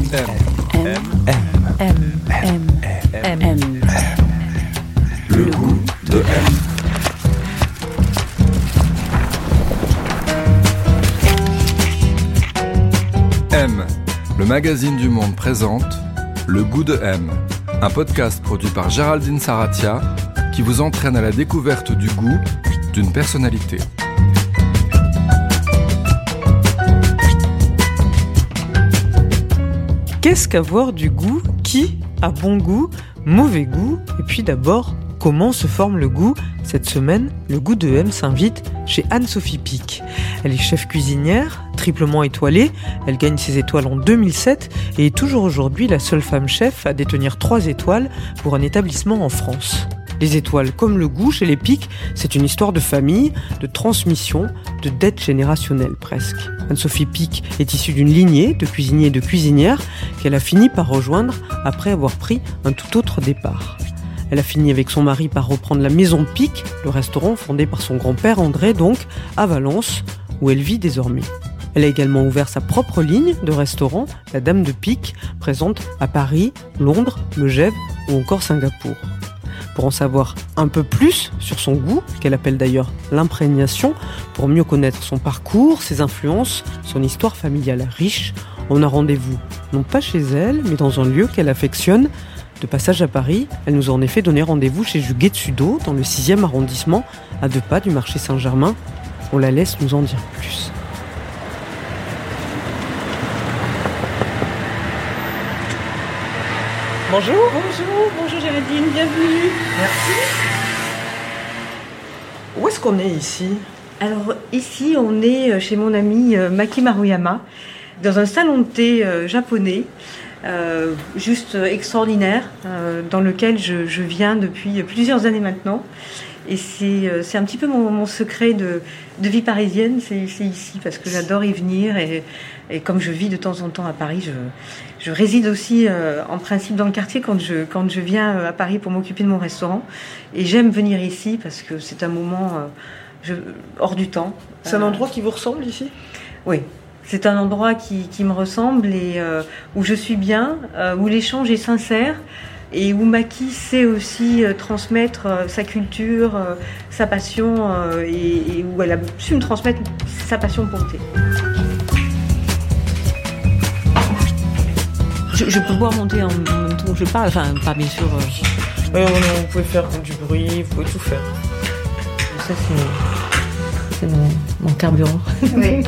Le goût de M. M, le magazine du Monde présente Le goût de M, un podcast produit par Géraldine Saratia qui vous entraîne à la découverte du goût d'une personnalité. Qu'est-ce qu'avoir du goût ? Qui a bon goût, mauvais goût ? Et puis d'abord, comment se forme le goût ? Cette semaine, le goût de M s'invite chez Anne-Sophie Pic. Elle est chef cuisinière, triplement étoilée. Elle gagne ses étoiles en 2007 et est toujours aujourd'hui la seule femme chef à détenir 3 étoiles pour un établissement en France. Les étoiles, comme le goût chez les Pic, c'est une histoire de famille, de transmission, de dette générationnelle presque. Anne-Sophie Pic est issue d'une lignée de cuisiniers et de cuisinières qu'elle a fini par rejoindre après avoir pris un tout autre départ. Elle a fini avec son mari par reprendre la Maison Pic, le restaurant fondé par son grand-père André donc, à Valence, où elle vit désormais. Elle a également ouvert sa propre ligne de restaurants, la Dame de Pic, présente à Paris, Londres, Megève ou encore Singapour. Pour en savoir un peu plus sur son goût, qu'elle appelle d'ailleurs l'imprégnation, pour mieux connaître son parcours, ses influences, son histoire familiale riche, on a rendez-vous, non pas chez elle, mais dans un lieu qu'elle affectionne. De passage à Paris, elle nous a en effet donné rendez-vous chez Juguet Sudo, dans le 6e arrondissement, à 2 pas du marché Saint-Germain. On la laisse nous en dire plus. Bonjour. Bonjour Géraldine, bienvenue. Merci. Où est-ce qu'on est ici ? Alors ici on est chez mon ami Maki Maruyama, dans un salon de thé japonais, juste extraordinaire, dans lequel je viens depuis plusieurs années maintenant. Et c'est un petit peu mon secret de vie parisienne, c'est ici, parce que j'adore y venir. Et comme je vis de temps en temps à Paris, je réside aussi en principe dans le quartier quand je viens à Paris pour m'occuper de mon restaurant. Et j'aime venir ici parce que c'est un moment hors du temps. C'est un endroit qui vous ressemble ici ? Oui. C'est un endroit qui me ressemble et où je suis bien, où l'échange est sincère et où Maki sait aussi transmettre sa culture, sa passion et où elle a su me transmettre sa passion pour le thé. Je peux boire mon thé en même temps que je parle, enfin pas bien sûr. Oui, vous pouvez faire du bruit, vous pouvez tout faire. Ça c'est mon carburant. Oui.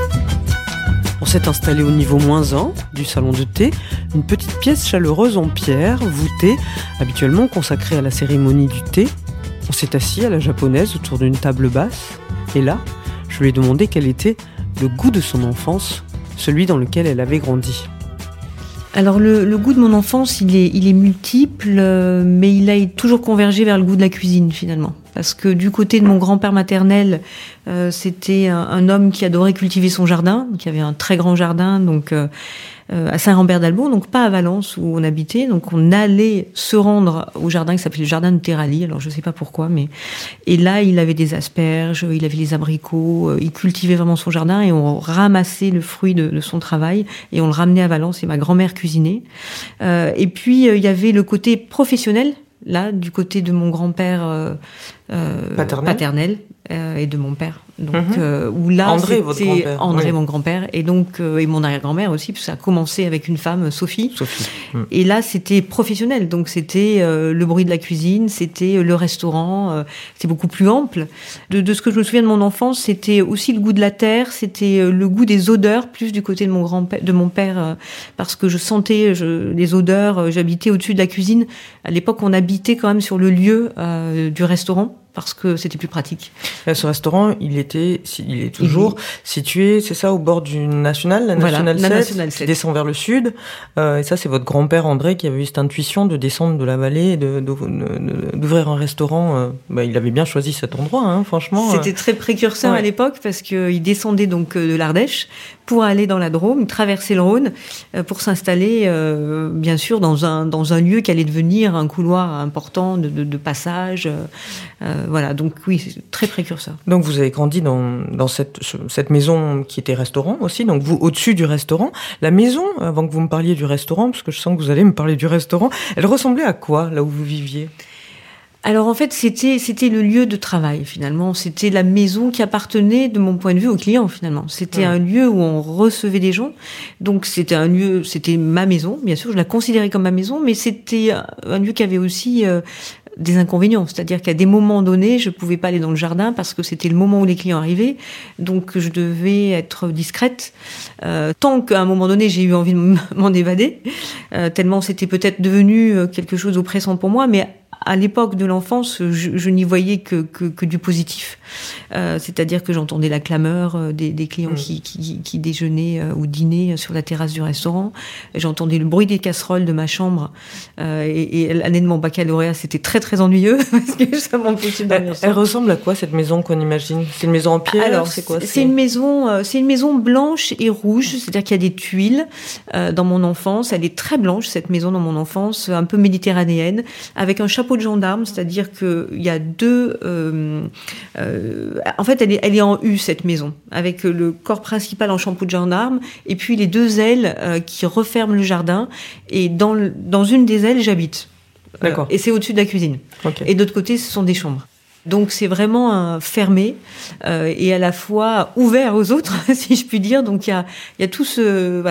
On s'est installé au niveau -1 du salon de thé, une petite pièce chaleureuse en pierre, voûtée, habituellement consacrée à la cérémonie du thé. On s'est assis à la japonaise autour d'une table basse, et là, je lui ai demandé quel était le goût de son enfance, celui dans lequel elle avait grandi. Alors le goût de mon enfance, il est multiple, mais il a toujours convergé vers le goût de la cuisine finalement. Parce que du côté de mon grand-père maternel, c'était un homme qui adorait cultiver son jardin, qui avait un très grand jardin, donc à Saint-Rambert-d'Albon, donc pas à Valence où on habitait. Donc on allait se rendre au jardin qui s'appelait le jardin de Terrali. Alors je sais pas pourquoi, mais et là il avait des asperges, il avait les abricots, il cultivait vraiment son jardin et on ramassait le fruit de son travail et on le ramenait à Valence et ma grand-mère cuisinait. Et puis il y avait le côté professionnel. Là, du côté de mon grand-père paternel et de mon père. Donc, où là, André, votre grand-père. André, oui. mon grand-père, et donc et mon arrière-grand-mère aussi, parce que ça a commencé avec une femme, Sophie. Et là, c'était professionnel. Donc, c'était le bruit de la cuisine, c'était le restaurant, c'était beaucoup plus ample. De ce que je me souviens de mon enfance, c'était aussi le goût de la terre, c'était le goût des odeurs, plus du côté de mon père, parce que je sentais les odeurs. J'habitais au-dessus de la cuisine. À l'époque, on habitait quand même sur le lieu du restaurant, parce que c'était plus pratique. Ce restaurant, il est toujours situé, c'est ça, au bord du National, la National 7, qui descend vers le sud. Et ça, c'est votre grand-père André qui avait eu cette intuition de descendre de la vallée et d'ouvrir un restaurant. Il avait bien choisi cet endroit, hein, franchement. C'était très précurseur à l'époque parce qu'il descendait donc de l'Ardèche pour aller dans la Drôme, traverser le Rhône pour s'installer, bien sûr, dans un lieu qui allait devenir un couloir important de passage. Voilà, donc oui, c'est très précurseur. Donc vous avez grandi dans cette maison qui était restaurant aussi, donc vous au-dessus du restaurant. La maison, avant que vous me parliez du restaurant, parce que je sens que vous allez me parler du restaurant, elle ressemblait à quoi, là où vous viviez ? Alors en fait, c'était le lieu de travail finalement. C'était la maison qui appartenait, de mon point de vue, aux clients finalement. C'était un lieu où on recevait des gens. Donc c'était ma maison, bien sûr. Je la considérais comme ma maison, mais c'était un lieu qui avait aussi des inconvénients. C'est-à-dire qu'à des moments donnés, je pouvais pas aller dans le jardin parce que c'était le moment où les clients arrivaient. Donc je devais être discrète. Tant qu'à un moment donné, j'ai eu envie de m'en évader, tellement c'était peut-être devenu quelque chose d'oppressant pour moi, mais à l'époque de l'enfance, je n'y voyais que du positif. C'est-à-dire que j'entendais la clameur des clients qui déjeunaient ou dînaient sur la terrasse du restaurant. J'entendais le bruit des casseroles de ma chambre. Et l'année de mon baccalauréat, c'était très très ennuyeux parce que ça m'empêchait de dormir. Elle ressemble à quoi cette maison qu'on imagine ? C'est une maison en pierre ? Alors, c'est quoi ? C'est une maison blanche et rouge. C'est-à-dire qu'il y a des tuiles dans mon enfance. Elle est très blanche cette maison dans mon enfance, un peu méditerranéenne, avec un chapeau de gendarme, c'est-à-dire qu'il y a deux... en fait, elle est en U, cette maison, avec le corps principal en chapeau de gendarme, et puis les deux ailes qui referment le jardin, et dans une des ailes, j'habite. D'accord. Et c'est au-dessus de la cuisine. Okay. Et de l'autre côté, ce sont des chambres. Donc c'est vraiment fermé et à la fois ouvert aux autres, si je puis dire. Donc il y a tout ce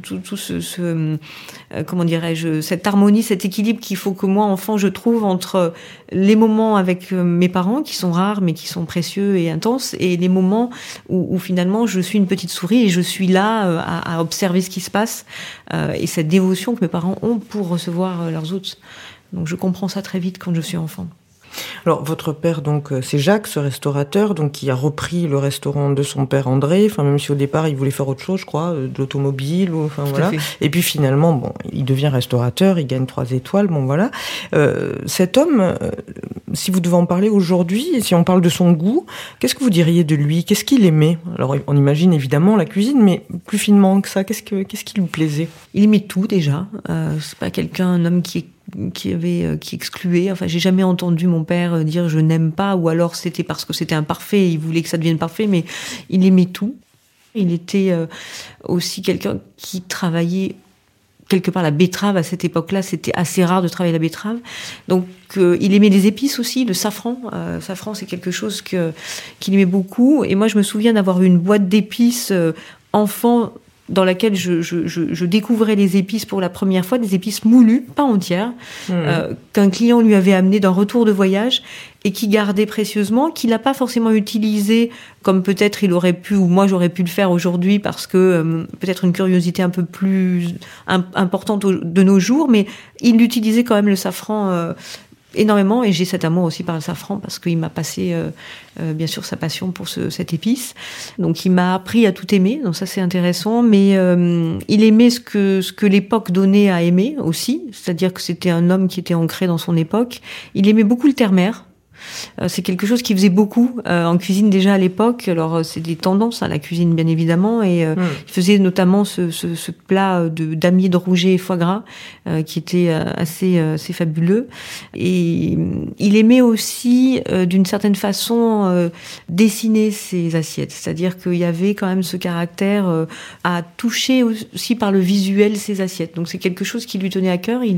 comment dirais-je, cette harmonie, cet équilibre qu'il faut que moi enfant je trouve entre les moments avec mes parents qui sont rares mais qui sont précieux et intenses, et les moments où finalement je suis une petite souris et je suis là à observer ce qui se passe et cette dévotion que mes parents ont pour recevoir leurs hôtes. Donc je comprends ça très vite quand je suis enfant. Alors, votre père, donc, c'est Jacques, ce restaurateur, donc, qui a repris le restaurant de son père André, enfin, même si au départ, il voulait faire autre chose, je crois, de l'automobile, ou, enfin, voilà. Et puis, finalement, bon, il devient restaurateur, il gagne 3 étoiles, bon, voilà. Cet homme, si vous devez en parler aujourd'hui, et si on parle de son goût, qu'est-ce que vous diriez de lui? Qu'est-ce qu'il aimait? Alors, on imagine évidemment la cuisine, mais plus finement que ça, qu'est-ce qui lui plaisait? Il aimait tout, déjà. C'est pas un homme qui excluait. Enfin, j'ai jamais entendu mon père dire je n'aime pas, ou alors c'était parce que c'était imparfait, il voulait que ça devienne parfait, mais il aimait tout. Il était aussi quelqu'un qui travaillait quelque part la betterave. À cette époque-là, c'était assez rare de travailler la betterave. Donc, il aimait les épices aussi, le safran. Safran, c'est quelque chose qu'il aimait beaucoup. Et moi, je me souviens d'avoir eu une boîte d'épices enfant, dans laquelle je découvrais les épices pour la première fois, des épices moulues, pas entières, qu'un client lui avait amené d'un retour de voyage et qui gardait précieusement, qu'il n'a pas forcément utilisé comme peut-être il aurait pu, ou moi j'aurais pu le faire aujourd'hui, parce que peut-être une curiosité un peu plus importante de nos jours, mais il utilisait quand même le safran énormément, et j'ai cet amour aussi par le safran parce qu'il m'a passé bien sûr sa passion pour cette épice. Donc il m'a appris à tout aimer, donc ça c'est intéressant, mais il aimait ce que l'époque donnait à aimer aussi, c'est-à-dire que c'était un homme qui était ancré dans son époque. Il aimait beaucoup le terre-mer. C'est quelque chose qu'il faisait beaucoup en cuisine déjà à l'époque. Alors c'est des tendances à la cuisine bien évidemment, et il faisait notamment ce plat damier de rouget et foie gras qui était assez fabuleux. Et il aimait aussi d'une certaine façon dessiner ses assiettes, c'est-à-dire qu'il y avait quand même ce caractère à toucher aussi par le visuel ses assiettes. Donc c'est quelque chose qui lui tenait à cœur.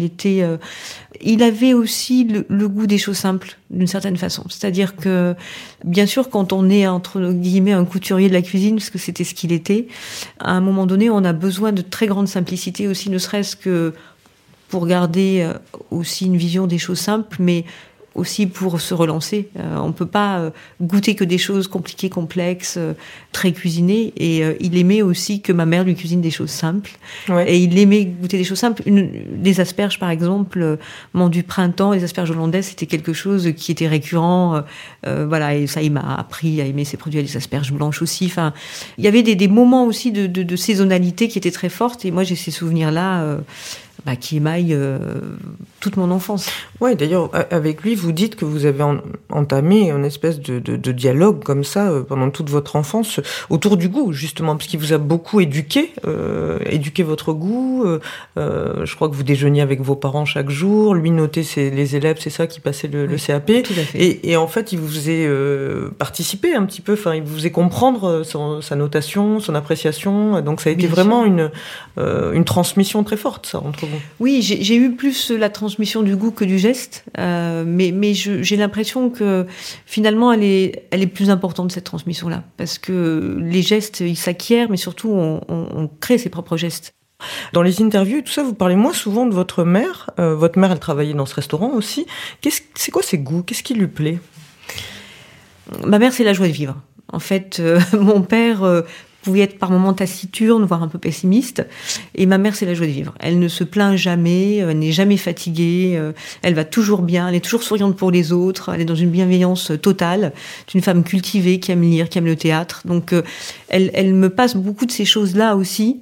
Il avait aussi le goût des choses simples d'une certaine façon. C'est-à-dire que, bien sûr, quand on est, entre guillemets, un couturier de la cuisine, parce que c'était ce qu'il était, à un moment donné, on a besoin de très grande simplicité aussi, ne serait-ce que pour garder aussi une vision des choses simples, mais aussi pour se relancer. On peut pas goûter que des choses compliquées, complexes, très cuisinées. Et il aimait aussi que ma mère lui cuisine des choses simples. Ouais. Et il aimait goûter des choses simples. Des asperges, par exemple, du printemps, les asperges hollandaises, c'était quelque chose qui était récurrent. Voilà, et ça, il m'a appris à aimer ces produits, les asperges blanches aussi. Enfin, il y avait des moments aussi de saisonnalité qui étaient très fortes. Et moi, j'ai ces souvenirs-là qui émaille toute mon enfance. Ouais, d'ailleurs, avec lui, vous dites que vous avez entamé une espèce de dialogue comme ça pendant toute votre enfance autour du goût, justement, parce qu'il vous a beaucoup éduqué votre goût. Je crois que vous déjeuniez avec vos parents chaque jour. Lui notait les élèves, c'est ça, qui passaient le CAP. Tout à fait. Et en fait, il vous faisait participer un petit peu. Enfin, il vous faisait comprendre sa notation, son appréciation. Donc, ça a été vraiment une transmission très forte, ça, entre vous. Oui, j'ai eu plus la transmission du goût que du geste, mais j'ai l'impression que finalement elle est plus importante, cette transmission-là, parce que les gestes ils s'acquièrent, mais surtout on crée ses propres gestes. Dans les interviews et tout ça, vous parlez moins souvent de votre mère. Votre mère, elle travaillait dans ce restaurant aussi. C'est quoi ses goûts? Qu'est-ce qui lui plaît? Ma mère, c'est la joie de vivre. En fait, mon père pouvait être par moments taciturne, voire un peu pessimiste. Et ma mère, c'est la joie de vivre. Elle ne se plaint jamais, elle n'est jamais fatiguée, elle va toujours bien, elle est toujours souriante pour les autres, elle est dans une bienveillance totale. C'est une femme cultivée, qui aime lire, qui aime le théâtre. Donc, elle me passe beaucoup de ces choses-là aussi.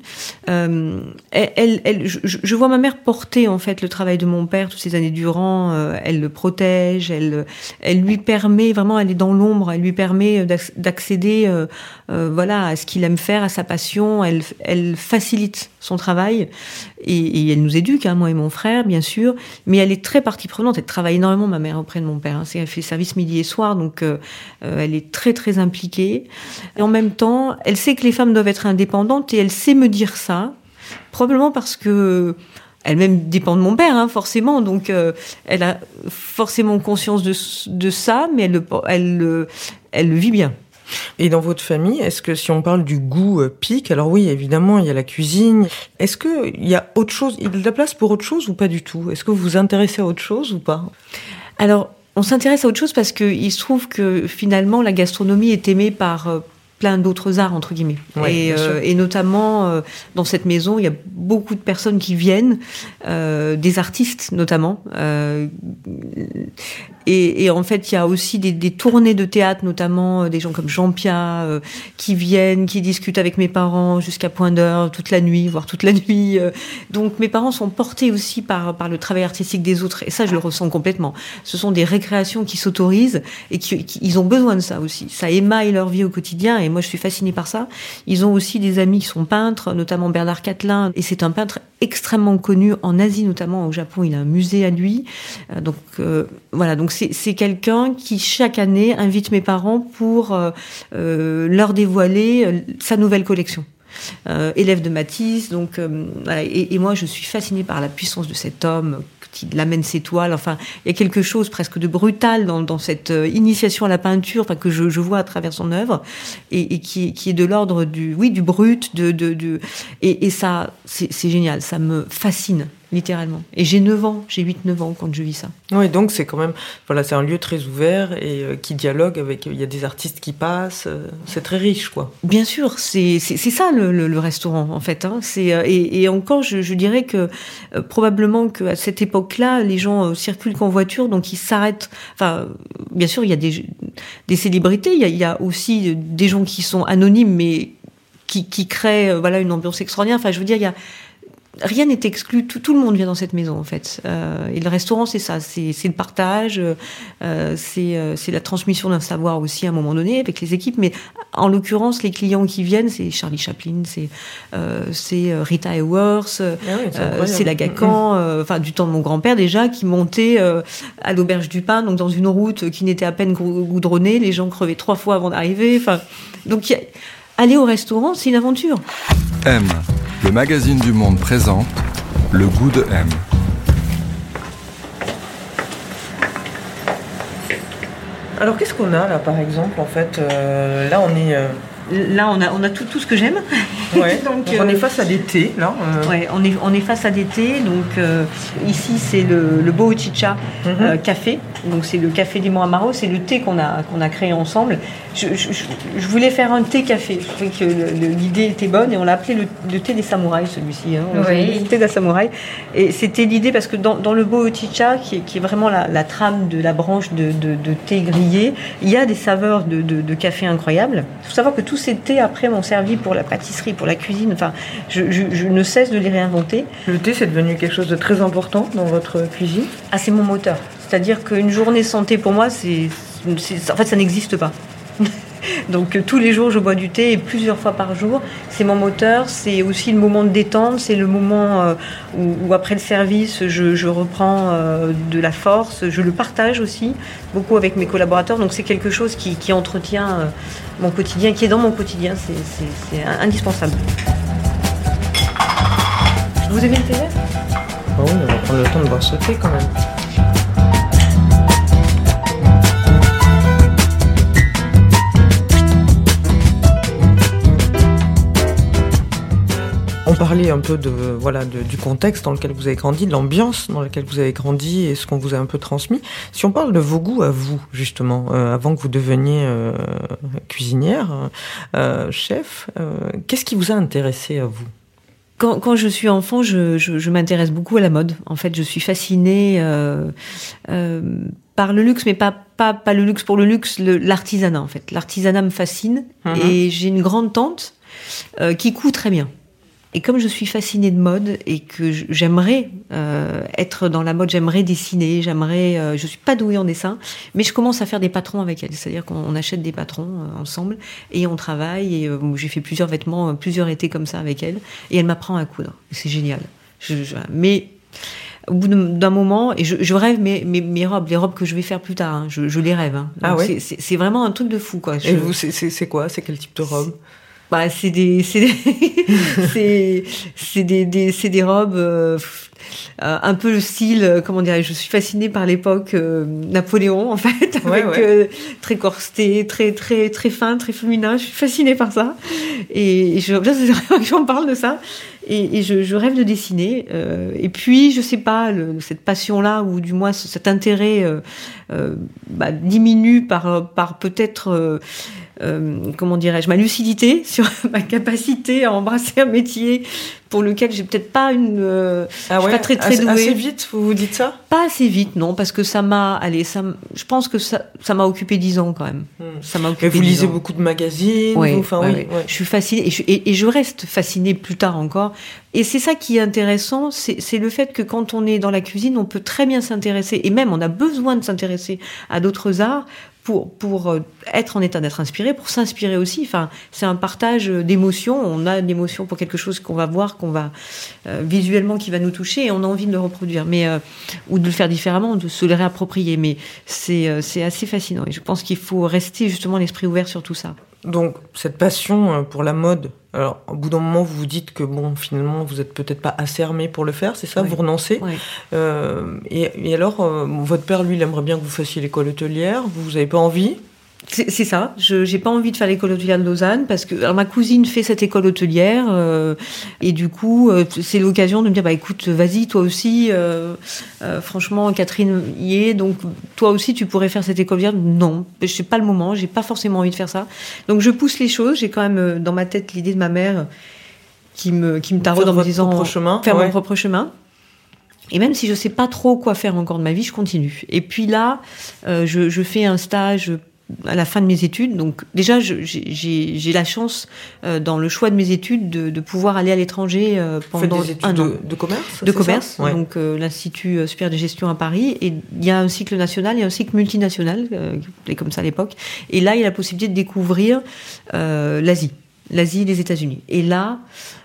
Je vois ma mère porter, en fait, le travail de mon père toutes ces années durant. Elle le protège, elle lui permet, vraiment, elle est dans l'ombre, elle lui permet d'accéder, à ce qu'il aime faire, à sa passion. Elle facilite son travail et elle nous éduque, moi et mon frère, bien sûr, mais elle est très partie prenante. Elle travaille énormément, ma mère, auprès de mon père. Elle fait service midi et soir, donc elle est très très impliquée. Et en même temps, elle sait que les femmes doivent être indépendantes et elle sait me dire ça, probablement parce que elle-même dépend de mon père, forcément, donc elle a forcément conscience de ça, mais elle le vit bien. Et dans votre famille, est-ce que si on parle du goût Pic, alors oui, évidemment, il y a la cuisine. Est-ce qu'il y a autre chose, il y a de la place pour autre chose ou pas du tout? Est-ce que vous vous intéressez à autre chose ou pas? Alors, on s'intéresse à autre chose parce qu'il se trouve que finalement, la gastronomie est aimée par plein d'autres arts, entre guillemets. Ouais, et notamment, dans cette maison, il y a beaucoup de personnes qui viennent, des artistes notamment. Et en fait, il y a aussi des tournées de théâtre, notamment des gens comme Jean Pia, qui viennent, qui discutent avec mes parents jusqu'à point d'heure, toute la nuit, voire toute la nuit. Donc mes parents sont portés aussi par le travail artistique des autres. Et ça, je le ressens complètement. Ce sont des récréations qui s'autorisent et ils ont besoin de ça aussi. Ça émaille leur vie au quotidien et moi, je suis fascinée par ça. Ils ont aussi des amis qui sont peintres, notamment Bernard Catlin. Et c'est un peintre extrêmement connu en Asie, notamment au Japon. Il a un musée à lui. Donc c'est quelqu'un qui, chaque année, invite mes parents pour leur dévoiler sa nouvelle collection. Élève de Matisse, donc et moi je suis fascinée par la puissance de cet homme qui l'amène ses toiles. Enfin, il y a quelque chose presque de brutal dans cette initiation à la peinture, que je vois à travers son œuvre et qui est de l'ordre du brut, et ça c'est génial, ça me fascine. Littéralement. Et j'ai 9 ans, j'ai 8-9 ans quand je vis ça. Oui, donc c'est quand même, c'est un lieu très ouvert et qui dialogue avec, il y a des artistes qui passent, c'est très riche, quoi. Bien sûr, c'est ça le restaurant, en fait. Et encore, je dirais que probablement qu'à cette époque-là, les gens circulent qu'en voiture, donc ils s'arrêtent. Enfin, bien sûr, il y a des célébrités, il y a aussi des gens qui sont anonymes, mais qui créent une ambiance extraordinaire. Enfin, je veux dire, rien n'est exclu, tout le monde vient dans cette maison en fait. Et le restaurant, c'est ça, c'est le partage, c'est la transmission d'un savoir aussi à un moment donné avec les équipes. Mais en l'occurrence, les clients qui viennent, c'est Charlie Chaplin, c'est Rita Hayworth, c'est Lagacan, du temps de mon grand-père déjà, qui montait à l'Auberge du Pin, donc dans une route qui n'était à peine goudronnée, les gens crevaient 3 fois avant d'arriver. Donc aller au restaurant, c'est une aventure. M, le magazine du Monde présente Le goût de M. Alors qu'est-ce qu'on a là par exemple en fait là on est Là, on a tout ce que j'aime. Ouais. donc, on est face à des thés, là. Ouais, on est face à des thés. Donc, ici, c'est le Boho Chicha café. Donc, c'est le café limon amaro. C'est le thé qu'on a créé ensemble. Je voulais faire un thé café. Je trouvais que l'idée était bonne et on l'a appelé le thé des samouraïs, celui-ci. Oui. Le thé des samouraïs. Et c'était l'idée parce que dans le Boho Chicha, qui est vraiment la trame de la branche de thé grillé, il y a des saveurs de café incroyables. Il faut savoir que tout tous ces thés après m'ont servi pour la pâtisserie, pour la cuisine. Enfin, je ne cesse de les réinventer. Le thé, c'est devenu quelque chose de très important dans votre cuisine ? Ah, c'est mon moteur. C'est-à-dire qu'une journée sans thé, pour moi, en fait, ça n'existe pas. Donc tous les jours je bois du thé et plusieurs fois par jour. C'est mon moteur, c'est aussi le moment de détente, c'est le moment où après le service je reprends de la force. Je le partage aussi beaucoup avec mes collaborateurs, donc c'est quelque chose qui entretient mon quotidien, qui est dans mon quotidien, c'est indispensable. Vous aimez le thé vert ? Ah oui, on va prendre le temps de boire ce thé quand même. On parlait un peu du contexte dans lequel vous avez grandi, de l'ambiance dans laquelle vous avez grandi et ce qu'on vous a un peu transmis. Si on parle de vos goûts à vous, justement, avant que vous deveniez cuisinière, chef, qu'est-ce qui vous a intéressé à vous ? Quand je suis enfant, je m'intéresse beaucoup à la mode. En fait, je suis fascinée par le luxe, mais pas le luxe pour le luxe, l'artisanat, en fait. L'artisanat me fascine. Et j'ai une grande tante qui coud très bien. Et comme je suis fascinée de mode et que j'aimerais être dans la mode, j'aimerais dessiner, je suis pas douée en dessin, mais je commence à faire des patrons avec elle. C'est-à-dire qu'on achète des patrons ensemble et on travaille. Et j'ai fait plusieurs vêtements, plusieurs étés comme ça avec elle. Et elle m'apprend à coudre. C'est génial. Mais au bout d'un moment, et je rêve mes robes, les robes que je vais faire plus tard, hein, je les rêve. Hein. Ah ouais. C'est vraiment un truc de fou, quoi. Et vous, c'est quoi ? C'est quel type de robe ? Bah, c'est des robes un peu le style, comment dirais-je, je suis fascinée par l'époque Napoléon, en fait, avec très corseté, très très très fin, très féminin. Je suis fascinée par ça et c'est vrai que j'en parle de ça et je rêve de dessiner et puis je sais pas, cette passion-là ou du moins cet intérêt diminue par peut-être comment dirais-je, ma lucidité sur ma capacité à embrasser un métier pour lequel j'ai peut-être pas je suis pas très douée. Assez vite, vous dites ça ? Pas assez vite, non, parce que je pense que ça m'a occupé 10 ans quand même. Ça m'a occupé. Et vous lisez beaucoup de magazines ? Oui. Je suis fascinée et je reste fascinée plus tard encore. Et c'est ça qui est intéressant, c'est le fait que quand on est dans la cuisine, on peut très bien s'intéresser, et même on a besoin de s'intéresser à d'autres arts pour être en état d'être inspiré, pour s'inspirer aussi. Enfin, c'est un partage d'émotions. On a une émotion pour quelque chose qu'on va voir, visuellement qui va nous toucher, et on a envie de le reproduire, ou de le faire différemment, de se le réapproprier. Mais c'est assez fascinant. Et je pense qu'il faut rester justement l'esprit ouvert sur tout ça. Donc, cette passion pour la mode, alors, au bout d'un moment, vous vous dites que, finalement, vous n'êtes peut-être pas assez armé pour le faire, c'est ça ? Oui. Vous renoncez ? Oui. Et alors, votre père, lui, il aimerait bien que vous fassiez l'école hôtelière. Vous n'avez pas envie ? C'est ça. J'ai pas envie de faire l'école hôtelière de Lausanne parce que ma cousine fait cette école hôtelière et du coup c'est l'occasion de me dire écoute, vas-y toi aussi. Franchement, Catherine y est, donc toi aussi tu pourrais faire cette école hôtelière. Non, c'est pas le moment. J'ai pas forcément envie de faire ça. Donc je pousse les choses. J'ai quand même dans ma tête l'idée de ma mère qui me taraude en me disant faire mon propre chemin. Et même si je sais pas trop quoi faire encore de ma vie, je continue. Et puis là, je fais un stage à la fin de mes études. Donc déjà, j'ai la chance, dans le choix de mes études, de pouvoir aller à l'étranger pendant un an. De commerce ? De commerce, donc l'Institut supérieur de gestion à Paris. Et il y a un cycle national, il y a un cycle multinational, comme ça à l'époque. Et là, il y a la possibilité de découvrir l'Asie, les États-Unis. Et là,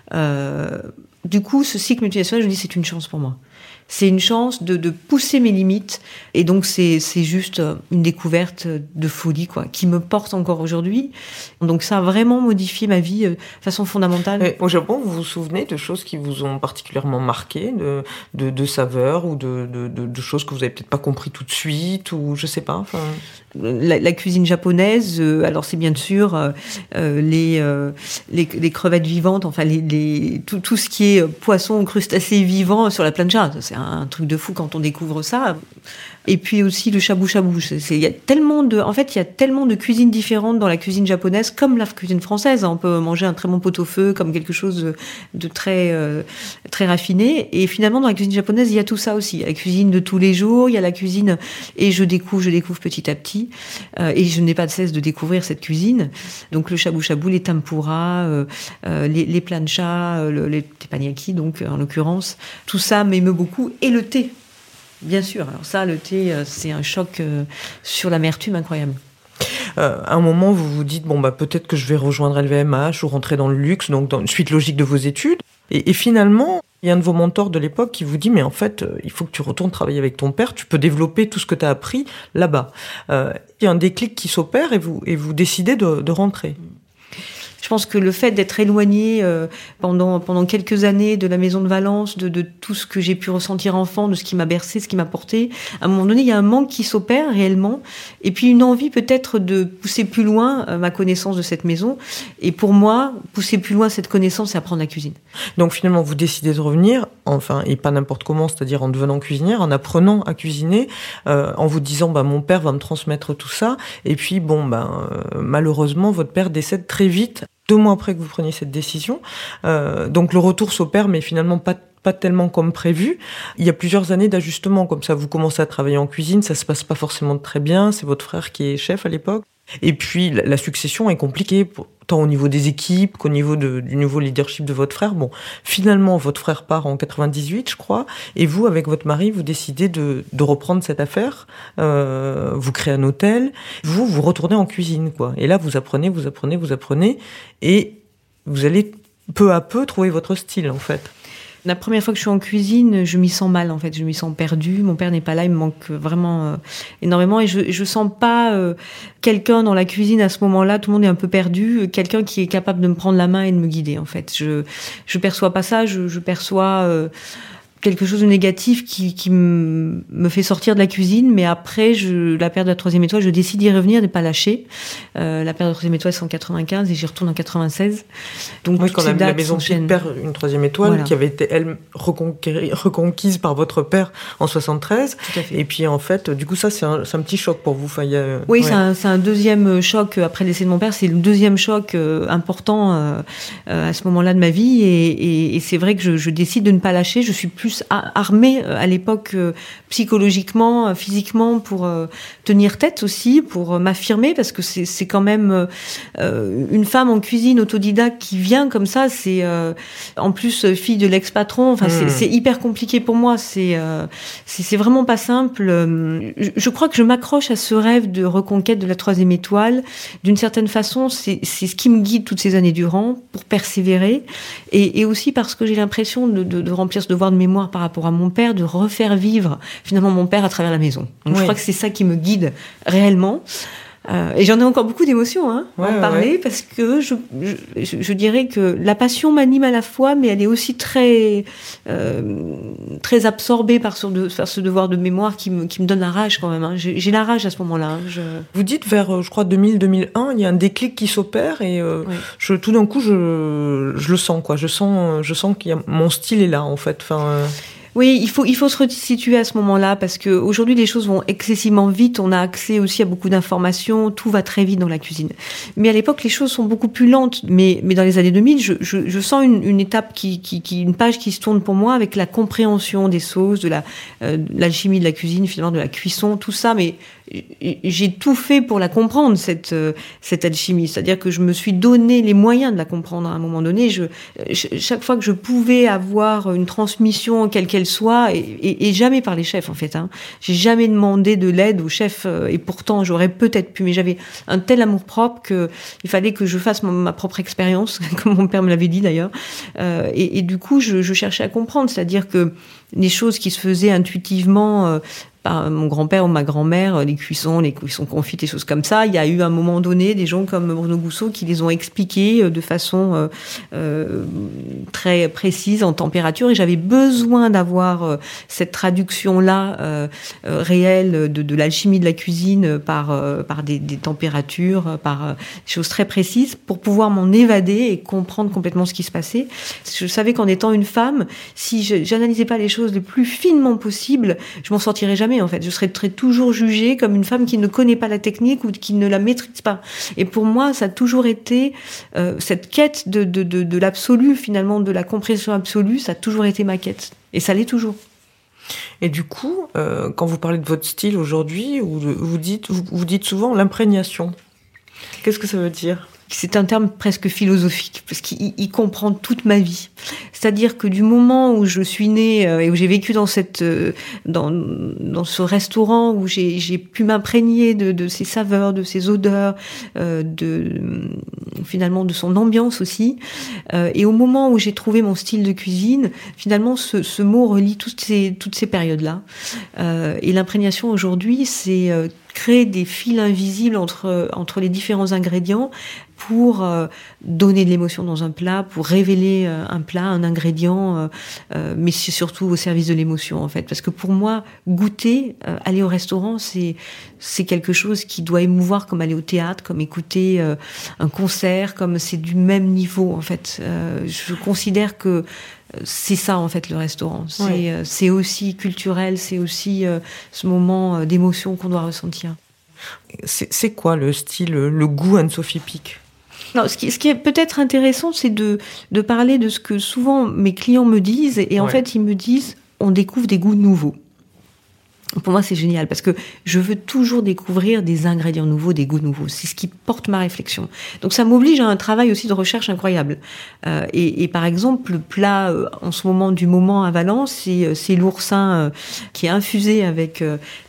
du coup, ce cycle multinational, je me dis, c'est une chance pour moi. C'est une chance de pousser mes limites. Et donc, c'est juste une découverte de folie, quoi, qui me porte encore aujourd'hui. Donc, ça a vraiment modifié ma vie de façon fondamentale. Au Japon, vous vous souvenez de choses qui vous ont particulièrement marqué, de saveurs ou de choses que vous avez peut-être pas compris tout de suite, ou je sais pas, enfin... La cuisine japonaise, alors c'est bien sûr les crevettes vivantes, enfin tout ce qui est poisson, crustacés vivants sur la plancha. c'est un truc de fou quand on découvre ça. Et puis aussi le shabu-shabu. Il y a tellement de cuisines différentes dans la cuisine japonaise, comme la cuisine française. On peut manger un très bon pot-au-feu, comme quelque chose de très, très raffiné. Et finalement, dans la cuisine japonaise, il y a tout ça aussi. Il y a la cuisine de tous les jours, il y a la cuisine, et je découvre petit à petit. Et je n'ai pas de cesse de découvrir cette cuisine. Donc le shabu-shabu, les tempura, les planchas, les teppanyaki, donc en l'occurrence, tout ça m'émeut beaucoup. Et le thé. Bien sûr. Alors ça, le thé, c'est un choc sur l'amertume incroyable. À un moment, vous vous dites, peut-être que je vais rejoindre LVMH ou rentrer dans le luxe, donc dans une suite logique de vos études. Et finalement, il y a un de vos mentors de l'époque qui vous dit, mais en fait, il faut que tu retournes travailler avec ton père, tu peux développer tout ce que tu as appris là-bas. Il y a un déclic qui s'opère et vous décidez de rentrer. Je pense que le fait d'être éloigné pendant quelques années de la maison de Valence, de tout ce que j'ai pu ressentir enfant, de ce qui m'a bercé, ce qui m'a porté, à un moment donné, il y a un manque qui s'opère réellement, et puis une envie peut-être de pousser plus loin ma connaissance de cette maison. Et pour moi, pousser plus loin cette connaissance, c'est apprendre la cuisine. Donc finalement, vous décidez de revenir, et pas n'importe comment, c'est-à-dire en devenant cuisinière, en apprenant à cuisiner, en vous disant, mon père va me transmettre tout ça, et puis malheureusement, votre père décède très vite. 2 mois après que vous preniez cette décision. Donc le retour s'opère, mais finalement pas tellement comme prévu. Il y a plusieurs années d'ajustement, comme ça vous commencez à travailler en cuisine, ça se passe pas forcément très bien, c'est votre frère qui est chef à l'époque. Et puis la succession est compliquée, tant au niveau des équipes qu'au niveau du nouveau leadership de votre frère. Finalement, votre frère part en 98, je crois, et vous, avec votre mari, vous décidez de reprendre cette affaire, vous créez un hôtel, vous retournez en cuisine, quoi. Et là, vous apprenez, et vous allez peu à peu trouver votre style, en fait. La première fois que je suis en cuisine, je m'y sens mal, en fait. Je m'y sens perdue. Mon père n'est pas là, il me manque vraiment énormément. Et je sens pas quelqu'un dans la cuisine à ce moment-là. Tout le monde est un peu perdu. Quelqu'un qui est capable de me prendre la main et de me guider, en fait. Je perçois pas ça. Je perçois quelque chose de négatif qui me fait sortir de la cuisine, mais après, la paire de la 3e étoile, je décide d'y revenir, de ne pas lâcher. La paire de la 3e étoile, c'est en 95 et j'y retourne en 96. Donc, oui, quand même, la maison Pic perd une 3e étoile, voilà, qui avait été, elle, reconquise par votre père en 73. Tout à fait. Et puis, en fait, du coup, ça, c'est un petit choc pour vous. Oui, ouais. c'est un deuxième choc après le décès de mon père. C'est le deuxième choc important à ce moment-là de ma vie. Et c'est vrai que je décide de ne pas lâcher. Je suis plus armée à l'époque psychologiquement, physiquement, pour tenir tête aussi, pour m'affirmer, parce que c'est quand même une femme en cuisine autodidacte qui vient comme ça, c'est en plus fille de l'ex-patron, c'est hyper compliqué pour moi, c'est vraiment pas simple. Je crois que je m'accroche à ce rêve de reconquête de la 3e étoile. D'une certaine façon, c'est ce qui me guide toutes ces années durant, pour persévérer, et aussi parce que j'ai l'impression de remplir ce devoir de mémoire par rapport à mon père, de refaire vivre finalement mon père à travers la maison. Donc je crois que c'est ça qui me guide réellement. Et j'en ai encore beaucoup d'émotions à en parler, parce que je dirais que la passion m'anime à la fois, mais elle est aussi très absorbée par ce devoir de mémoire qui me donne la rage quand même. J'ai la rage à ce moment-là. Vous dites vers, je crois, 2000-2001, il y a un déclic qui s'opère, et tout d'un coup, je le sens, quoi. Je sens qu'il y a, mon style est là, en fait. Oui, il faut se resituer à ce moment-là, parce que aujourd'hui les choses vont excessivement vite. On a accès aussi à beaucoup d'informations, tout va très vite dans la cuisine. Mais à l'époque, les choses sont beaucoup plus lentes. Mais dans les années 2000, je sens une étape une page qui se tourne pour moi, avec la compréhension des sauces, de l'alchimie de la cuisine, finalement de la cuisson, tout ça. Mais j'ai tout fait pour la comprendre, cette alchimie. C'est-à-dire que je me suis donné les moyens de la comprendre à un moment donné. Chaque fois que je pouvais avoir une transmission, quelle qu'elle soit, et jamais par les chefs, en fait. J'ai jamais demandé de l'aide aux chefs, et pourtant j'aurais peut-être pu, mais j'avais un tel amour-propre qu'il fallait que je fasse ma propre expérience, comme mon père me l'avait dit d'ailleurs. Et du coup, je cherchais à comprendre, c'est-à-dire que les choses qui se faisaient intuitivement par mon grand-père ou ma grand-mère, les cuissons confites, des choses comme ça. Il y a eu à un moment donné des gens comme Bruno Gousseau qui les ont expliqués de façon très précise en température, et j'avais besoin d'avoir cette traduction-là réelle de l'alchimie de la cuisine par des températures, par des choses très précises pour pouvoir m'en évader et comprendre complètement ce qui se passait. Je savais qu'en étant une femme, si j'analysais pas les choses le plus finement possible, je m'en sortirais jamais en fait. Je serais toujours jugée comme une femme qui ne connaît pas la technique ou qui ne la maîtrise pas. Et pour moi, ça a toujours été cette quête de l'absolu, finalement, de la compréhension absolue, ça a toujours été ma quête. Et ça l'est toujours. Et du coup, quand vous parlez de votre style aujourd'hui, vous dites souvent l'imprégnation. Qu'est-ce que ça veut dire ? C'est un terme presque philosophique, parce qu'il comprend toute ma vie. C'est-à-dire que du moment où je suis née et où j'ai vécu dans ce restaurant, où j'ai pu m'imprégner de ses saveurs, de ses odeurs, finalement de son ambiance aussi, et au moment où j'ai trouvé mon style de cuisine, finalement ce mot relie toutes ces périodes-là. Et l'imprégnation aujourd'hui, c'est créer des fils invisibles entre les différents ingrédients pour donner de l'émotion dans un plat, pour révéler un plat, un ingrédient, mais c'est surtout au service de l'émotion en fait. Parce que pour moi, goûter, aller au restaurant, c'est quelque chose qui doit émouvoir comme aller au théâtre, comme écouter un concert, comme c'est du même niveau en fait. Je considère que c'est ça en fait le restaurant. C'est aussi culturel, c'est aussi ce moment d'émotion qu'on doit ressentir. C'est quoi le style, le goût Anne-Sophie Pic ? Non, ce qui est peut-être intéressant, c'est de parler de ce que souvent mes clients me disent, et en fait ils me disent on découvre des goûts nouveaux. Pour moi, c'est génial parce que je veux toujours découvrir des ingrédients nouveaux, des goûts nouveaux. C'est ce qui porte ma réflexion. Donc, ça m'oblige à un travail aussi de recherche incroyable. Et par exemple, le plat en ce moment du moment à Valence, c'est l'oursin qui est infusé avec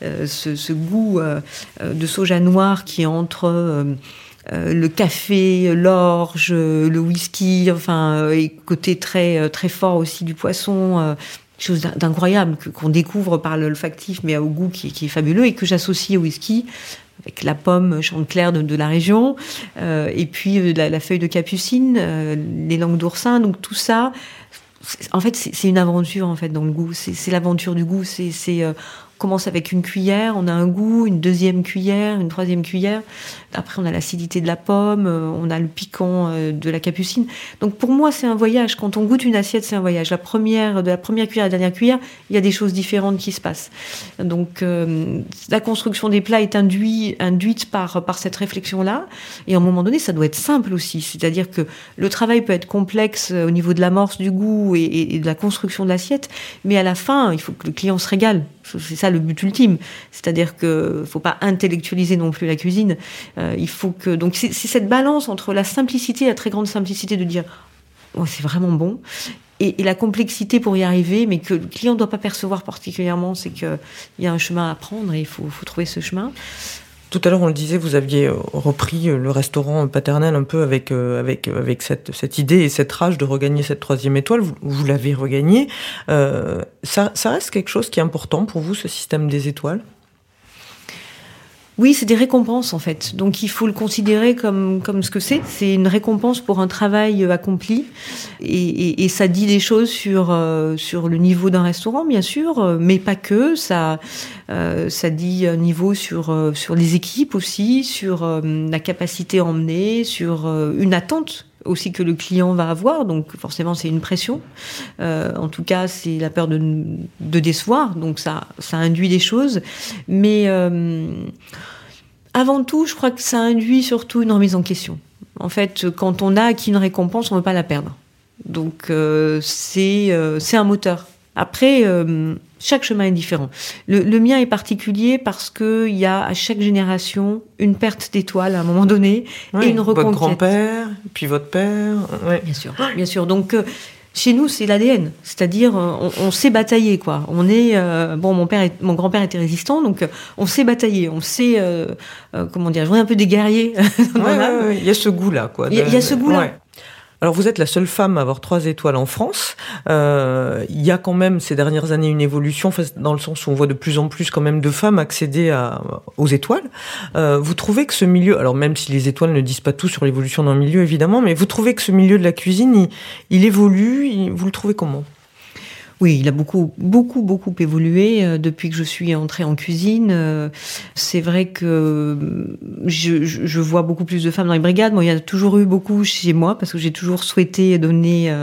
ce goût de soja noir qui est entre le café, l'orge, le whisky, et côté très très fort aussi du poisson. Chose d'incroyable qu'on découvre par l'olfactif, mais au goût qui est fabuleux et que j'associe au whisky avec la pomme Chantecler de la région, et puis la feuille de capucine, les langues d'oursin. Donc tout ça, en fait, c'est une aventure en fait dans le goût. C'est l'aventure du goût. On commence avec une cuillère, on a un goût, une deuxième cuillère, une troisième cuillère. Après, on a l'acidité de la pomme, on a le piquant de la capucine. Donc, pour moi, c'est un voyage. Quand on goûte une assiette, c'est un voyage. De la première cuillère à la dernière cuillère, il y a des choses différentes qui se passent. Donc, la construction des plats est induite par cette réflexion-là. Et à un moment donné, ça doit être simple aussi. C'est-à-dire que le travail peut être complexe au niveau de l'amorce du goût et de la construction de l'assiette. Mais à la fin, il faut que le client se régale. C'est ça le but ultime. C'est-à-dire que faut pas intellectualiser non plus la cuisine. Il faut que, donc c'est cette balance entre la simplicité, la très grande simplicité de dire oh, c'est vraiment bon, et la complexité pour y arriver, mais que le client ne doit pas percevoir particulièrement, c'est qu'il y a un chemin à prendre et il faut trouver ce chemin. Tout à l'heure, on le disait, vous aviez repris le restaurant paternel un peu avec cette idée et cette rage de regagner cette 3e étoile. Vous l'avez regagnée. Ça reste quelque chose qui est important pour vous, ce système des étoiles ? Oui, c'est des récompenses en fait. Donc il faut le considérer comme ce que c'est. C'est une récompense pour un travail accompli. Et ça dit des choses sur le niveau d'un restaurant, bien sûr, mais pas que. Ça dit un niveau sur les équipes aussi, sur la capacité à emmener, sur une attente aussi que le client va avoir, donc forcément c'est une pression. En tout cas, c'est la peur de décevoir, donc ça induit des choses. Mais avant tout, je crois que ça induit surtout une remise en question. En fait, quand on a acquis une récompense, on ne veut pas la perdre. Donc c'est un moteur. Après, chaque chemin est différent. Le mien est particulier parce qu'il y a à chaque génération une perte d'étoile à un moment donné, et une reconquête. Votre grand-père, puis votre père. Ouais. Bien sûr. Donc chez nous, c'est l'ADN. C'est-à-dire, on sait batailler, quoi. On est mon grand-père était résistant, donc on sait batailler. On sait on est un peu des guerriers. Il y a ce goût-là, quoi. Il y a ce goût-là. Ouais. Alors vous êtes la seule femme à avoir 3 étoiles en France. Il y a quand même ces dernières années une évolution, dans le sens où on voit de plus en plus quand même de femmes accéder aux étoiles. Vous trouvez que ce milieu, alors même si les étoiles ne disent pas tout sur l'évolution d'un milieu évidemment, mais vous trouvez que ce milieu de la cuisine, il évolue, vous le trouvez comment ? Oui, il a beaucoup évolué depuis que je suis entrée en cuisine. C'est vrai que je vois beaucoup plus de femmes dans les brigades. Moi, il y a toujours eu beaucoup chez moi parce que j'ai toujours souhaité donner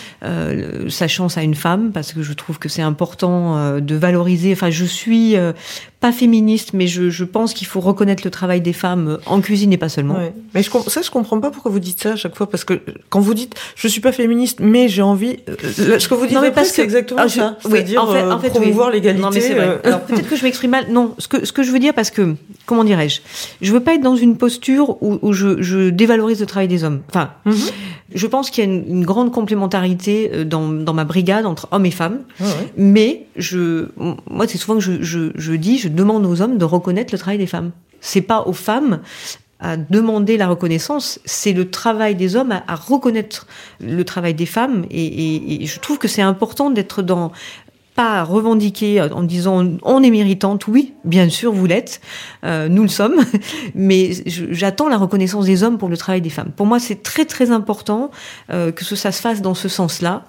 sa chance à une femme parce que je trouve que c'est important de valoriser. Enfin, je suis pas féministe, mais je pense qu'il faut reconnaître le travail des femmes en cuisine et pas seulement. Ouais. Mais je comprends pas pourquoi vous dites ça à chaque fois, parce que quand vous dites je suis pas féministe, mais j'ai envie, ce que vous dites, non, mais parce que c'est exactement ça. C'est-à-dire en fait, promouvoir oui. l'égalité. Non, mais c'est vrai. Alors peut-être que je m'exprime mal. Non, ce que je veux dire, parce que comment dirais-je, je veux pas être dans une posture où je dévalorise le travail des hommes. Enfin, je pense qu'il y a une grande complémentarité dans ma brigade entre hommes et femmes. Ouais. Mais moi, c'est souvent que je demande aux hommes de reconnaître le travail des femmes. C'est pas aux femmes à demander la reconnaissance, c'est le travail des hommes à reconnaître le travail des femmes. Et je trouve que c'est important d'être pas revendiquer en disant on est méritante, oui, bien sûr vous l'êtes, nous le sommes, mais j'attends la reconnaissance des hommes pour le travail des femmes. Pour moi, c'est très très important que ça se fasse dans ce sens-là.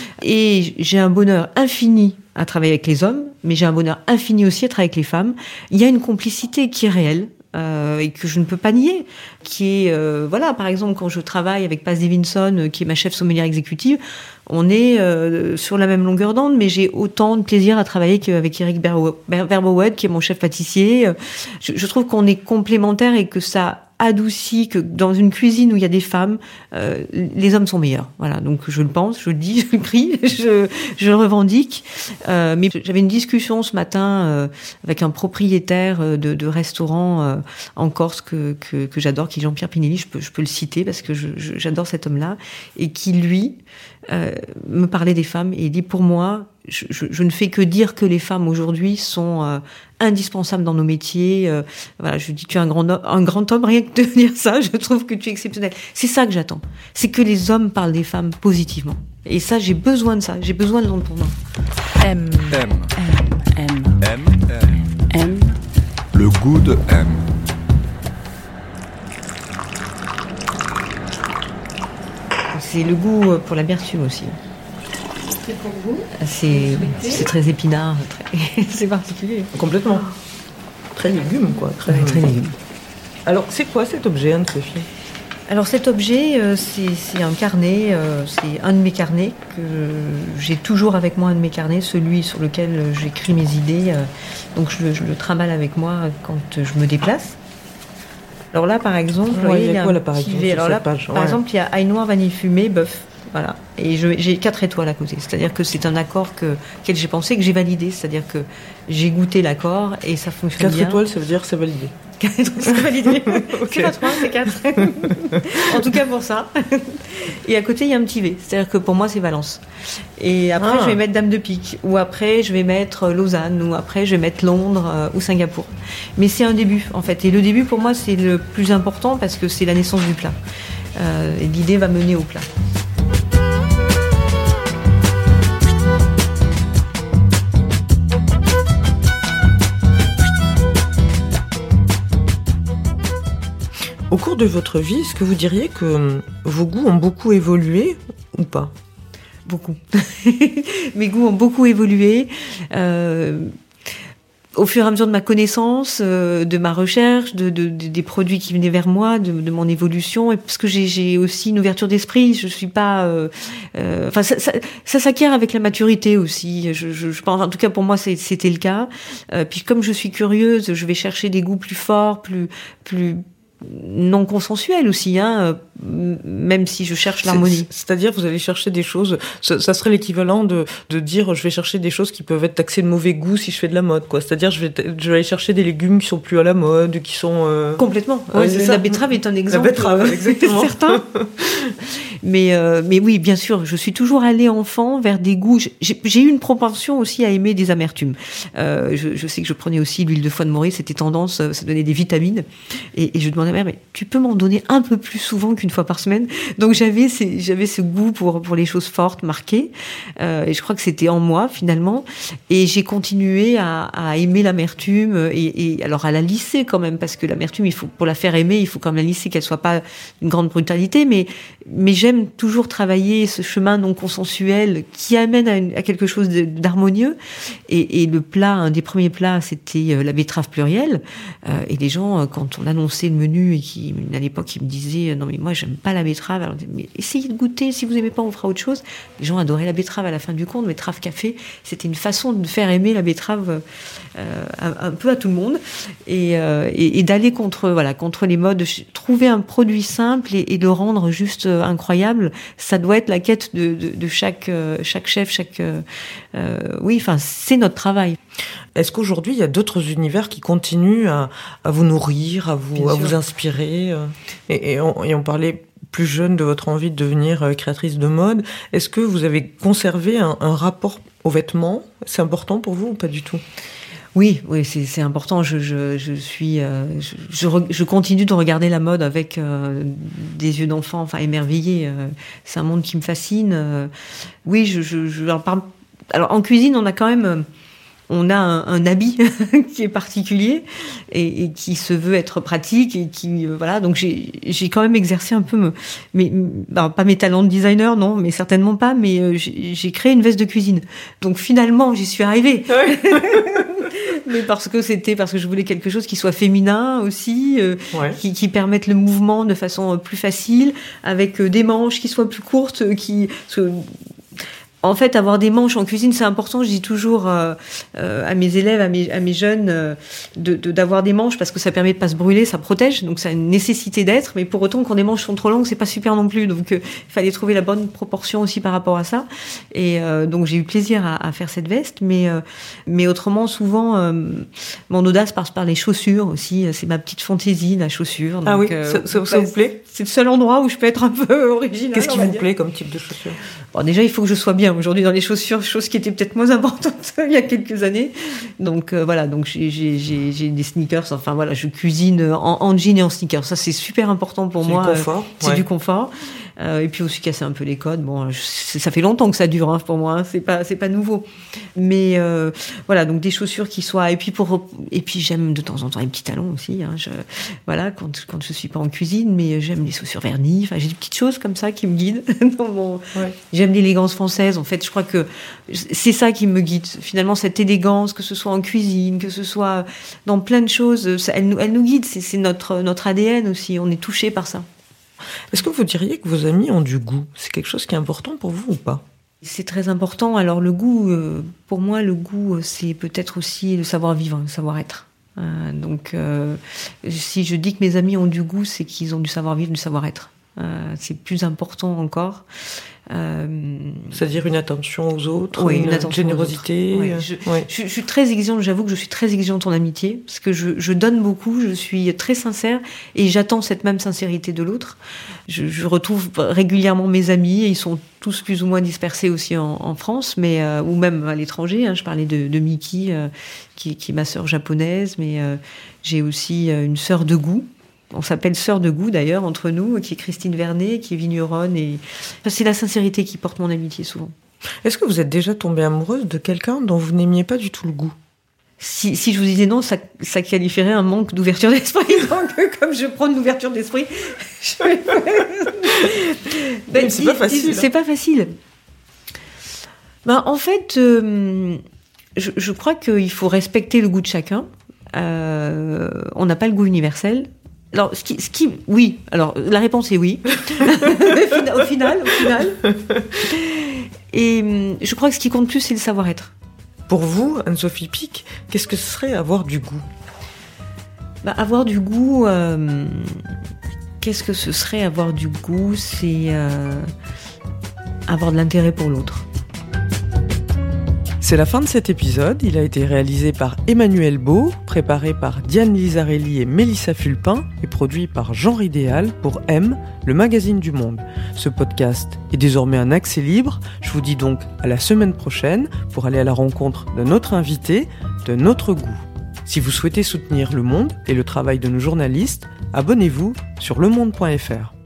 Et j'ai un bonheur infini à travailler avec les hommes, mais j'ai un bonheur infini aussi à travailler avec les femmes. Il y a une complicité qui est réelle. Et que je ne peux pas nier, qui est, voilà, par exemple, quand je travaille avec Paz Davidson, qui est ma chef sommelière exécutive, on est sur la même longueur d'onde, mais j'ai autant de plaisir à travailler qu'avec Eric Verbowed, qui est mon chef pâtissier. Je trouve qu'on est complémentaires et que ça adoucit, que dans une cuisine où il y a des femmes, les hommes sont meilleurs. Voilà, donc je le pense, je le dis, je le crie, je le revendique. Mais j'avais une discussion ce matin avec un propriétaire de restaurant en Corse que j'adore, qui est Jean-Pierre Pinelli, je peux le citer parce que j'adore cet homme-là, et qui, lui, me parlait des femmes, et il dit, pour moi, je ne fais que dire que les femmes aujourd'hui sont indispensables dans nos métiers. Voilà, je dis, tu es un grand homme, rien que de dire ça, je trouve que tu es exceptionnel. C'est ça que j'attends. C'est que les hommes parlent des femmes positivement. Et ça, j'ai besoin de ça. J'ai besoin de l'entendre. M. Le goût de M. C'est le goût pour l'amertume aussi. C'est pour vous ? C'est très épinard, c'est particulier. Complètement. Très légumes, quoi. Très légumes. Alors, c'est quoi cet objet, Anne-Sophie ? Alors cet objet, c'est un carnet, c'est un de mes carnets que j'ai toujours avec moi, un de mes carnets, celui sur lequel j'écris mes idées. Donc je le trimballe avec moi quand je me déplace. Alors là, par exemple, il y a quoi là, par exemple, sur cette page ? Par exemple, il y a ail noir, vanille fumée, bœuf. Voilà. Et j'ai 4 étoiles à côté. C'est-à-dire que c'est un accord auquel j'ai pensé, que j'ai validé. C'est-à-dire que j'ai goûté l'accord et ça fonctionne 4 bien. 4 étoiles, ça veut dire que c'est validé. 4 étoiles, c'est validé. C'est pas 3, c'est 4. En tout cas pour ça. Et à côté, il y a un petit V. C'est-à-dire que pour moi, c'est Valence. Et après, je vais mettre Dame de Pique. Ou après, je vais mettre Lausanne. Ou après, je vais mettre Londres ou Singapour. Mais c'est un début, en fait. Et le début, pour moi, c'est le plus important parce que c'est la naissance du plat. Et l'idée va mener au plat. Au cours de votre vie, est-ce que vous diriez que vos goûts ont beaucoup évolué ou pas ? Beaucoup. Mes goûts ont beaucoup évolué. Au fur et à mesure de ma connaissance, de ma recherche, des produits qui venaient vers moi, de mon évolution, et parce que j'ai aussi une ouverture d'esprit. Je suis pas, enfin ça s'acquiert avec la maturité aussi. Je pense, en tout cas pour moi c'était le cas. Puis comme je suis curieuse, je vais chercher des goûts plus forts, plus non consensuel aussi, même si je cherche l'harmonie. C'est-à-dire, vous allez chercher des choses, ça serait l'équivalent de dire je vais chercher des choses qui peuvent être taxées de mauvais goût si je fais de la mode, quoi. C'est-à-dire, je vais aller chercher des légumes qui sont plus à la mode, qui sont... Complètement. Ouais, la betterave est un exemple. La betterave, exactement. Certain. Mais oui, bien sûr, je suis toujours allée enfant vers des goûts. J'ai eu une propension aussi à aimer des amertumes. Je sais que je prenais aussi l'huile de foie de Morée, c'était tendance, ça donnait des vitamines. Et je demandais à ma mère, mais tu peux m'en donner un peu plus souvent qu'une fois par semaine? Donc j'avais ce goût pour les choses fortes, marquées. Et je crois que c'était en moi finalement. Et j'ai continué à aimer l'amertume et alors à la lisser quand même, parce que l'amertume, pour la faire aimer, il faut quand même la lisser, qu'elle soit pas une grande brutalité. Mais j'aime toujours travailler ce chemin non consensuel qui amène à quelque chose d'harmonieux. Et le plat, un des premiers plats, c'était la betterave plurielle. Et les gens, quand on annonçait le menu et à l'époque, ils me disaient non mais moi j'aime pas la betterave. Alors, mais essayez de goûter, si vous aimez pas, on fera autre chose. Les gens adoraient la betterave à la fin du compte, betterave café. C'était une façon de faire aimer la betterave un peu à tout le monde et d'aller contre les modes, trouver un produit simple et le rendre juste incroyable. Ça doit être la quête de chaque chef, c'est notre travail. Est-ce qu'aujourd'hui il y a d'autres univers qui continuent à vous nourrir, à vous inspirer et on parlait plus jeune de votre envie de devenir créatrice de mode. Est-ce que vous avez conservé un rapport aux vêtements? C'est important pour vous ou pas du tout? Oui, c'est important. Je continue de regarder la mode avec des yeux d'enfant, émerveillés. C'est un monde qui me fascine. Oui, je leur parle. Alors en cuisine, on a quand même. On a un habit qui est particulier et qui se veut être pratique et qui donc j'ai quand même exercé un peu pas mes talents de designer, non, mais certainement pas, mais j'ai créé une veste de cuisine. Donc finalement j'y suis arrivée. Ouais. Mais parce que je voulais quelque chose qui soit féminin aussi, qui permette le mouvement de façon plus facile, avec des manches qui soient plus courtes, en fait, avoir des manches en cuisine, c'est important. Je dis toujours à mes élèves, à mes jeunes, d'avoir des manches parce que ça permet de pas se brûler, ça protège. Donc, ça a une nécessité d'être. Mais pour autant, quand les manches sont trop longues, c'est pas super non plus. Donc, il fallait trouver la bonne proportion aussi par rapport à ça. Et donc, j'ai eu plaisir à faire cette veste. Mais autrement, souvent, mon audace passe par les chaussures aussi. C'est ma petite fantaisie, la chaussure. Donc, ah oui, ça vous plaît? C'est le seul endroit où je peux être un peu originale. Qu'est-ce qui vous plaît comme type de chaussures? Bon, déjà, il faut que je sois bien aujourd'hui dans les chaussures, chose qui était peut-être moins importante il y a quelques années. Donc donc j'ai des sneakers. Je cuisine en jean et en sneakers. Ça, c'est super important pour moi. Du confort. C'est du confort. Et puis aussi casser un peu les codes. Bon, ça fait longtemps que ça dure pour moi. C'est pas nouveau. Mais donc des chaussures qui soient. Et puis j'aime de temps en temps les petits talons aussi. Quand je suis pas en cuisine, mais j'aime les chaussures vernies. J'ai des petites choses comme ça qui me guident. J'aime l'élégance française. En fait, je crois que c'est ça qui me guide. Finalement, cette élégance, que ce soit en cuisine, que ce soit dans plein de choses, elle nous guide. C'est notre ADN aussi. On est touché par ça. Est-ce que vous diriez que vos amis ont du goût? C'est quelque chose qui est important pour vous ou pas? C'est très important. Alors le goût, pour moi, le goût, c'est peut-être aussi le savoir-vivre, le savoir-être. Donc, si je dis que mes amis ont du goût, c'est qu'ils ont du savoir-vivre, du savoir-être. C'est plus important encore. C'est-à-dire une attention aux autres, une générosité. Je suis très exigeante, j'avoue que je suis très exigeante en amitié, parce que je donne beaucoup, je suis très sincère, et j'attends cette même sincérité de l'autre. Je retrouve régulièrement mes amis, et ils sont tous plus ou moins dispersés aussi en France, mais ou même à l'étranger. Je parlais de Miki, qui est ma sœur japonaise, mais j'ai aussi une sœur de goût. On s'appelle sœur de goût d'ailleurs entre nous, qui est Christine Vernet, qui est vigneronne, et c'est la sincérité qui porte mon amitié souvent. Est-ce que vous êtes déjà tombée amoureuse de quelqu'un dont vous n'aimiez pas du tout le goût? Si je vous disais non, ça qualifierait un manque d'ouverture d'esprit. Donc, comme je prends de l'ouverture d'esprit, c'est pas facile. C'est pas facile. En fait, je crois qu'il faut respecter le goût de chacun. On n'a pas le goût universel. Alors, oui. Alors, la réponse est oui. Au final. Et je crois que ce qui compte plus, c'est le savoir-être. Pour vous, Anne-Sophie Pic, qu'est-ce que ce serait avoir du goût? Avoir du goût, qu'est-ce que ce serait avoir du goût? C'est avoir de l'intérêt pour l'autre. C'est la fin de cet épisode. Il a été réalisé par Emmanuel Beau, préparé par Diane Lizarelli et Mélissa Fulpin et produit par Genre Idéal pour M, le magazine du Monde. Ce podcast est désormais un accès libre. Je vous dis donc à la semaine prochaine pour aller à la rencontre d'un autre invité, d'un autre goût. Si vous souhaitez soutenir Le Monde et le travail de nos journalistes, abonnez-vous sur lemonde.fr.